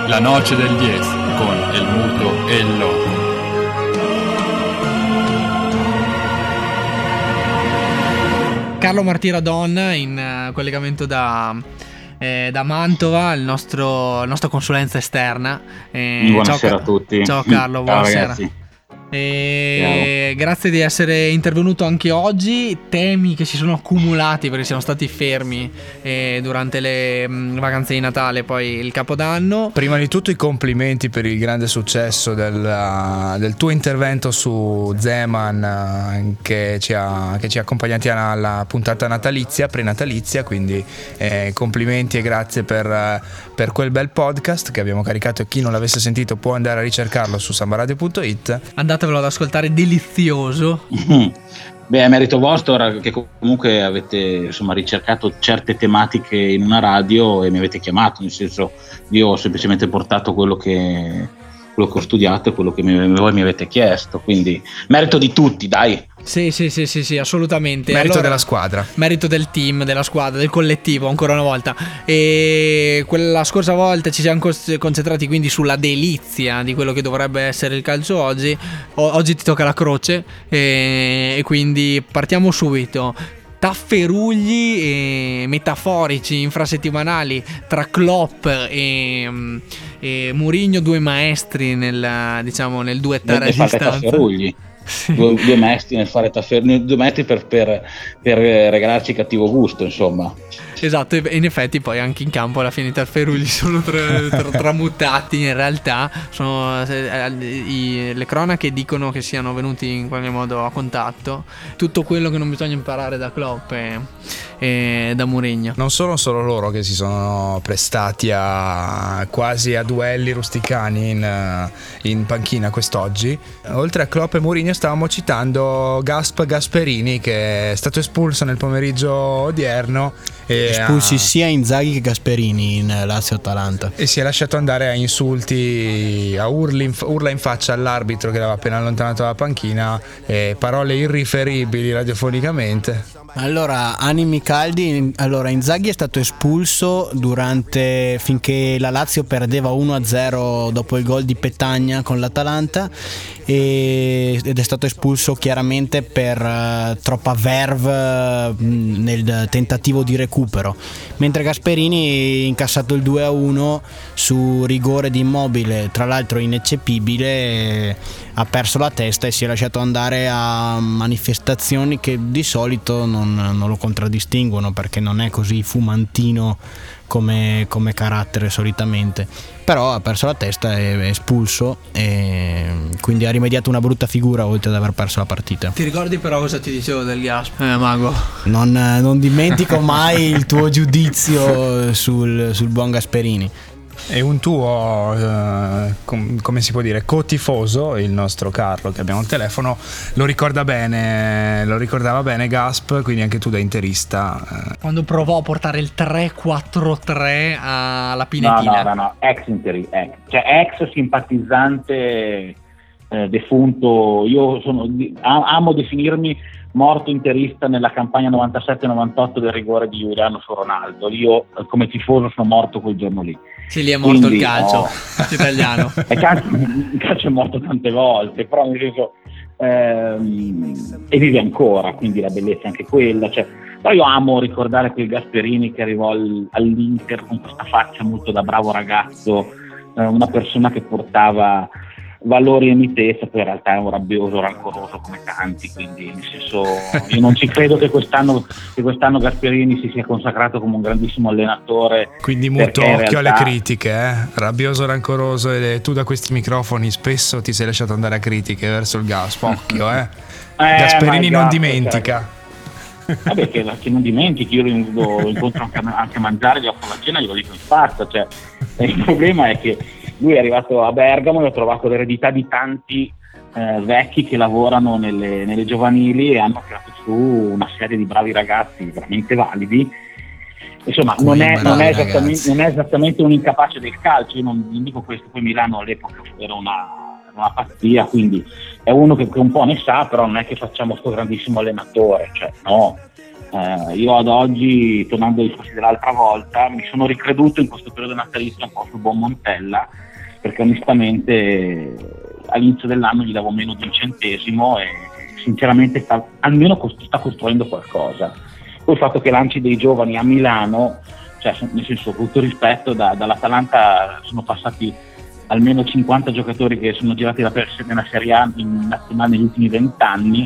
La noce del 10 con el muto e il loco. Carlo Martiradon in collegamento da Mantova, la nostra consulenza esterna. Buonasera a tutti. Ciao Carlo, buonasera. Ragazzi. Grazie di essere intervenuto anche oggi. Temi che si sono accumulati perché siamo stati fermi durante le vacanze di Natale, poi il Capodanno. Prima di tutto i complimenti per il grande successo del tuo intervento su Zeman, che ci ha accompagnati alla puntata natalizia, prenatalizia, quindi complimenti e grazie per quel bel podcast che abbiamo caricato, e chi non l'avesse sentito può andare a ricercarlo su sambaradio.it. Andatevelo ad ascoltare, delizioso. Beh, è merito vostro che comunque avete ricercato certe tematiche in una radio e mi avete chiamato, nel senso, io ho semplicemente portato quello che ho studiato e quello che voi mi avete chiesto, quindi merito di tutti, dai. Sì, assolutamente. Merito della squadra. Merito del team, della squadra, del collettivo, ancora una volta. E quella scorsa volta ci siamo concentrati quindi sulla delizia di quello che dovrebbe essere il calcio oggi. Oggi ti tocca la croce e quindi partiamo subito. Tafferugli metaforici infrasettimanali tra Klopp e Mourinho, due maestri nel duettare a distanza. Sì. Due maestri nel fare due maestri per regalarci cattivo gusto, insomma. Esatto, e in effetti poi anche in campo alla fine i Tafferugli sono tramutati, in realtà sono le cronache dicono che siano venuti in qualche modo a contatto. Tutto quello che non bisogna imparare da Klopp e da Mourinho. Non sono solo loro che si sono prestati quasi a duelli rusticani in panchina quest'oggi. Oltre a Klopp e Mourinho stavamo citando Gasperini, che è stato espulso nel pomeriggio odierno. Espulsi sia Inzaghi che Gasperini in Lazio-Atalanta, e si è lasciato andare a insulti, a urla in faccia all'arbitro che l'aveva appena allontanato dalla panchina, e parole irriferibili radiofonicamente. Allora, animi caldi. Allora, Inzaghi è stato espulso finché la Lazio perdeva 1-0 dopo il gol di Petagna con l'Atalanta, ed è stato espulso chiaramente per troppa verve nel tentativo di recupero, mentre Gasperini, incassato il 2-1 su rigore di Immobile, tra l'altro ineccepibile, ha perso la testa e si è lasciato andare a manifestazioni che di solito non lo contraddistinguono, perché non è così fumantino come carattere solitamente, però ha perso la testa, è espulso e quindi ha rimediato una brutta figura, oltre ad aver perso la partita. Ti ricordi però cosa ti dicevo del Gasp, Mago? Non dimentico mai il tuo giudizio sul buon Gasperini. E un tuo come si può dire, cotifoso, il nostro Carlo che abbiamo al telefono, lo ricordava bene Gasp, quindi anche tu da interista. Quando provò a portare il 3-4-3 alla Pinetina. No, ex simpatizzante defunto. Io amo definirmi morto interista nella campagna 97-98 del rigore di Giuliano su Ronaldo. Io come tifoso sono morto quel giorno lì. Sì, lì è morto. Quindi, il calcio italiano. Il calcio è morto tante volte, però nel senso e vive ancora, quindi la bellezza è anche quella. Però io amo ricordare quel Gasperini che arrivò all'Inter con questa faccia molto da bravo ragazzo, una persona che portava valori e mitezza, poi in realtà è un rabbioso rancoroso come tanti, quindi nel senso io non ci credo che quest'anno Gasperini si sia consacrato come un grandissimo allenatore. Quindi muto occhio alle critiche, rabbioso rancoroso, e tu da questi microfoni spesso ti sei lasciato andare a critiche verso il Gasp, occhio Gasperini non dimentica. Vabbè, che non dimentichi, io lo incontro anche a mangiare, gli offro la cena, glielo dico in faccia, il problema è che lui è arrivato a Bergamo e ha trovato l'eredità di tanti vecchi che lavorano nelle giovanili e hanno tirato su una serie di bravi ragazzi veramente validi. Insomma, non è esattamente un incapace del calcio. Io non dico questo, poi Milano all'epoca era una pazzia, quindi è uno che un po' ne sa, però non è che facciamo sto grandissimo allenatore, no. Io ad oggi, tornando ai discorsi dell'altra volta, mi sono ricreduto in questo periodo natalizio un po' sul buon Montella, perché onestamente all'inizio dell'anno gli davo meno di un centesimo e sinceramente almeno sta costruendo qualcosa. Poi il fatto che lanci dei giovani a Milano, cioè nel senso, con tutto rispetto, dall'Atalanta sono passati almeno 50 giocatori che sono girati nella Serie A in nazionale negli ultimi 20 anni.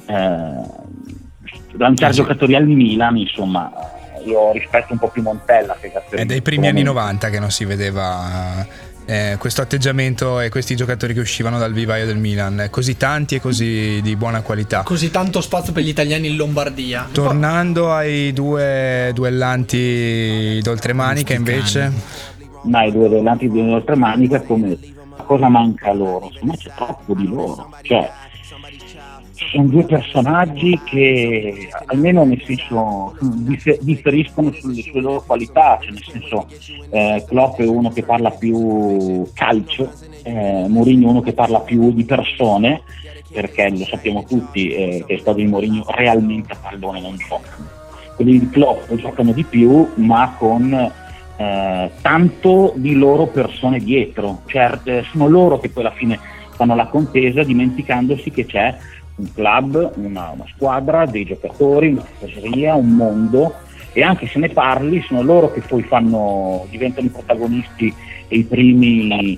Lanciare giocatori al Milan, insomma, io rispetto un po' più Montella che è dai primi anni 90 che non si vedeva questo atteggiamento e questi giocatori che uscivano dal vivaio del Milan così tanti e così di buona qualità, così tanto spazio per gli italiani in Lombardia. Tornando ai due duellanti d'oltremanica invece, i due duellanti d'oltremanica, come cosa manca loro? Secondo me c'è troppo di loro, cioè sono due personaggi che almeno nel senso differiscono sulle loro qualità, cioè nel senso Klopp è uno che parla più calcio, Mourinho è uno che parla più di persone, perché lo sappiamo tutti che le squadre di Mourinho realmente a pallone non giocano, quelli di Klopp giocano di più ma con tanto di loro persone dietro, cioè sono loro che poi alla fine fanno la contesa, dimenticandosi che c'è un club, una squadra, dei giocatori, una tifoseria, un mondo, e anche se ne parli sono loro che poi diventano i protagonisti e i primi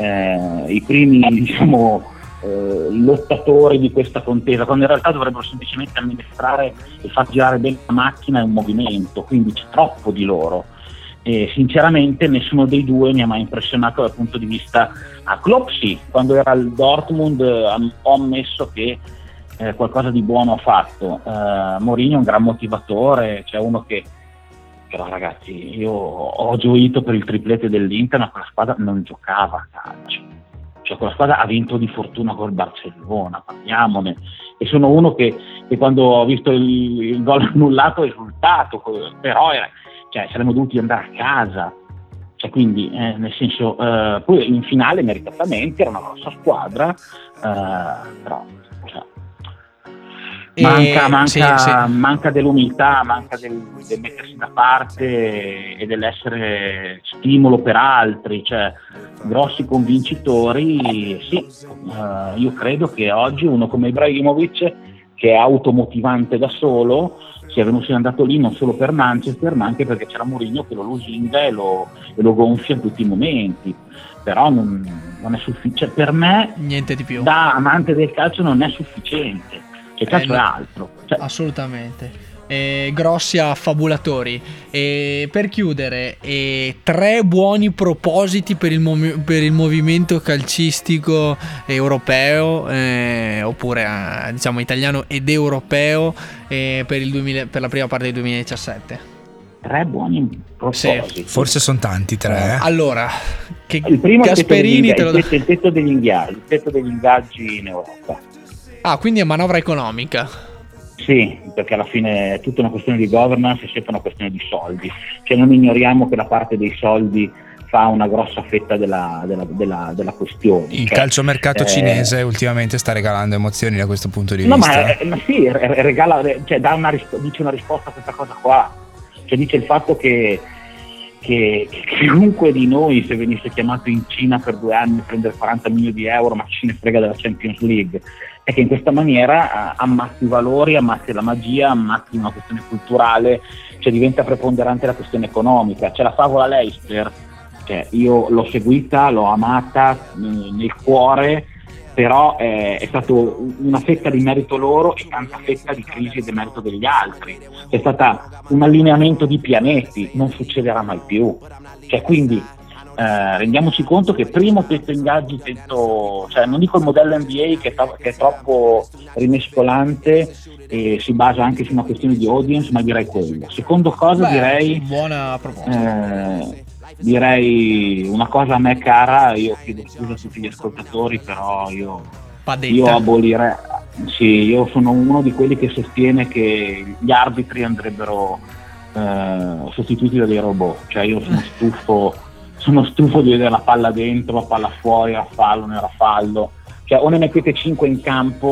diciamo lottatori di questa contesa, quando in realtà dovrebbero semplicemente amministrare e far girare bene la macchina e un movimento, quindi c'è troppo di loro. E sinceramente nessuno dei due mi ha mai impressionato dal punto di vista Klopp sì, quando era al Dortmund ho ammesso che qualcosa di buono ha fatto. Mourinho è un gran motivatore, c'è uno che però ragazzi, io ho gioito per il triplete dell'Inter, ma quella squadra non giocava a calcio, cioè quella squadra ha vinto di fortuna col Barcellona, parliamone. E sono uno che quando ho visto il gol annullato è esultato, però saremmo dovuti andare a casa, cioè quindi nel senso poi in finale meritatamente era una grossa squadra, però manca dell'umiltà, manca del mettersi da parte e dell'essere stimolo per altri, cioè grossi convincitori sì. Io credo che oggi uno come Ibrahimovic, che è automotivante da solo, sia andato lì non solo per Manchester ma anche perché c'era Mourinho che lo lusinga e lo gonfia in tutti i momenti, però non è sufficiente per me, niente di più. Da amante del calcio non è sufficiente, il calcio è altro, assolutamente. Grossi affabulatori. E per chiudere, 3 buoni propositi per il movimento calcistico europeo, oppure diciamo italiano ed europeo, per la prima parte del 2017. 3 buoni propositi. Sì. Forse sono tanti 3. Allora, il primo Gasperini è il tetto degli ingaggi in Europa. Quindi è manovra economica. Sì, perché alla fine è tutta una questione di governance e sempre una questione di soldi. Cioè non ignoriamo che la parte dei soldi fa una grossa fetta della questione. Il calciomercato cinese ultimamente sta regalando emozioni da questo punto di vista. Ma sì, regala, cioè dice una risposta a questa cosa qua. Cioè dice il fatto che chiunque di noi, se venisse chiamato in Cina per 2 anni a prendere 40 milioni di euro, ma chi se ne frega della Champions League, è che in questa maniera ammazzi i valori, ammazzi la magia, ammazzi una questione culturale, cioè diventa preponderante la questione economica. C'è la favola Leicester, cioè io l'ho seguita, l'ho amata nel cuore, però è stato una fetta di merito loro e tanta fetta di crisi e di merito degli altri. È stata un allineamento di pianeti, non succederà mai più. Cioè quindi rendiamoci conto che primo tetto ingaggi, cioè non dico il modello NBA che è troppo rimescolante e si basa anche su una questione di audience, ma direi quello. Secondo cosa direi buona proposta. Direi una cosa a me cara, io chiedo scusa a tutti gli ascoltatori, però io abolirei, sì, io sono uno di quelli che sostiene che gli arbitri andrebbero sostituiti da dei robot, cioè io sono stufo di vedere la palla dentro, la palla fuori, era fallo, non era fallo, cioè o ne mettete 5 in campo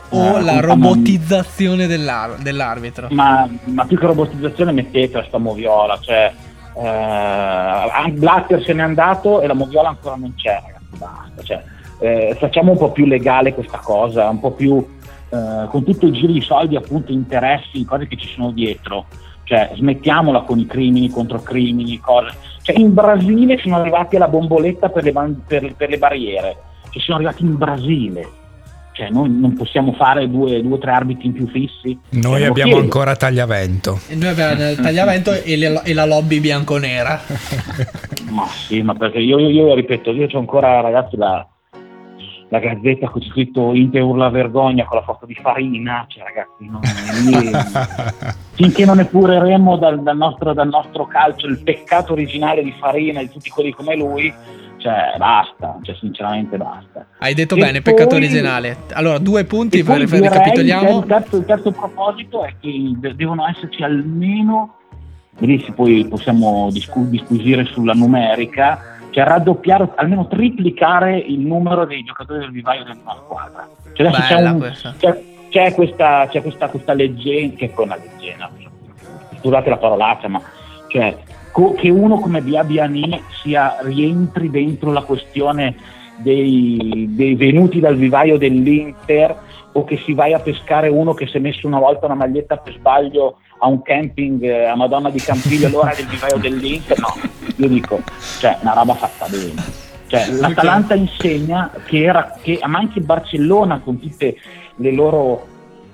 o la robotizzazione dell'arbitro? Ma più che robotizzazione mettete sta moviola, cioè Blatter se n'è andato e la moviola ancora non c'è, ragazzi, basta, cioè, facciamo un po' più legale questa cosa, un po' più con tutto il giro di soldi, appunto, interessi, cose che ci sono dietro, cioè smettiamola con i crimini contro crimini, cose. Cioè, in Brasile sono arrivati alla bomboletta per le barriere, ci sono arrivati in Brasile. Cioè, noi non possiamo fare due o tre arbitri in più fissi. Noi abbiamo ancora Tagliavento. E noi abbiamo il Tagliavento e la lobby bianconera. Ma sì, ma perché io ripeto, io c'ho ancora, ragazzi, la gazzetta con scritto Inter urla vergogna con la foto di Farina. Cioè, ragazzi, finché non epureremo dal nostro calcio il peccato originale di Farina e di tutti quelli come lui, cioè basta, cioè sinceramente basta. Hai detto bene, peccato originale. Allora, 2 punti per ricapitoliamo. Il terzo proposito è che devono esserci almeno, lì poi possiamo disquisire sulla numerica, cioè raddoppiare, almeno triplicare il numero dei giocatori del vivaio della squadra. Cioè adesso c'è questa leggenda, che è una leggenda, scusate la parolaccia, ma cioè che uno come Biabiani rientri dentro la questione dei venuti dal vivaio dell'Inter, o che si vai a pescare uno che si è messo una volta una maglietta per sbaglio a un camping a Madonna di Campiglio, allora del vivaio dell'Inter. No, io dico, cioè, una roba fatta bene. Cioè, l'Atalanta insegna ma anche il Barcellona, con tutte le loro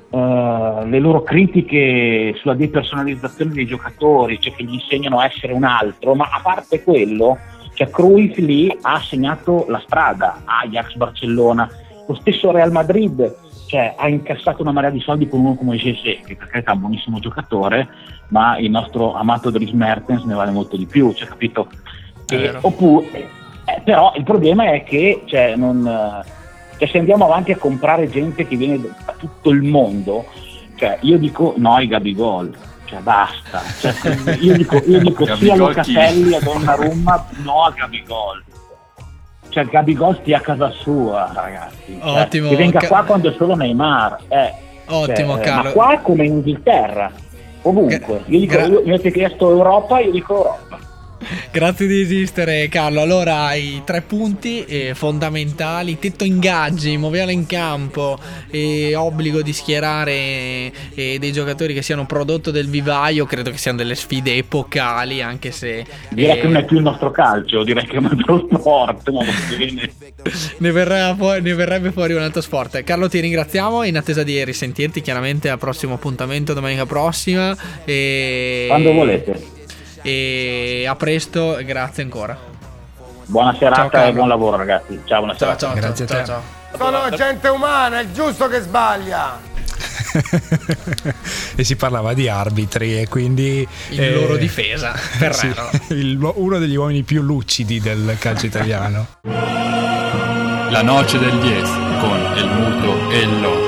critiche sulla depersonalizzazione dei giocatori, cioè che gli insegnano a essere un altro, ma a parte quello, cioè Cruyff lì ha segnato la strada, Ajax, Barcellona, lo stesso Real Madrid, cioè ha incassato una marea di soldi con uno come Jesse, che per carità è un buonissimo giocatore, ma il nostro amato Dries Mertens ne vale molto di più, cioè, capito? Però il problema è che se andiamo avanti a comprare gente che viene da tutto il mondo, cioè io dico no ai Gabigol, cioè basta, cioè, io dico sia a Locatelli, a Donnarumma, no a Gabigol. Cioè Gabigol stia a casa sua, ragazzi. Ottimo. Che venga qua quando è solo Neymar. Ottimo, Carlo. Ma qua come in Inghilterra, ovunque. Io mi avete chiesto Europa, io dico Europa. Grazie di esistere, Carlo. Allora, i 3 punti fondamentali: tetto ingaggi, moviola in campo e obbligo di schierare dei giocatori che siano prodotto del vivaio. Credo che siano delle sfide epocali, anche se direi che non è più il nostro calcio, direi che è un altro sport, ne verrebbe fuori un altro sport. Carlo, ti ringraziamo, in attesa di risentirti chiaramente al prossimo appuntamento domenica prossima quando volete. E a presto, grazie ancora. Buona serata e buon lavoro, ragazzi. Ciao, buona serata. Ciao, grazie a te. Ciao. Sono gente umana, è giusto che sbaglia. E si parlava di arbitri e quindi in loro difesa, Ferrero. Sì, uno degli uomini più lucidi del calcio italiano. La noce del 10 con El Muto e el Loro.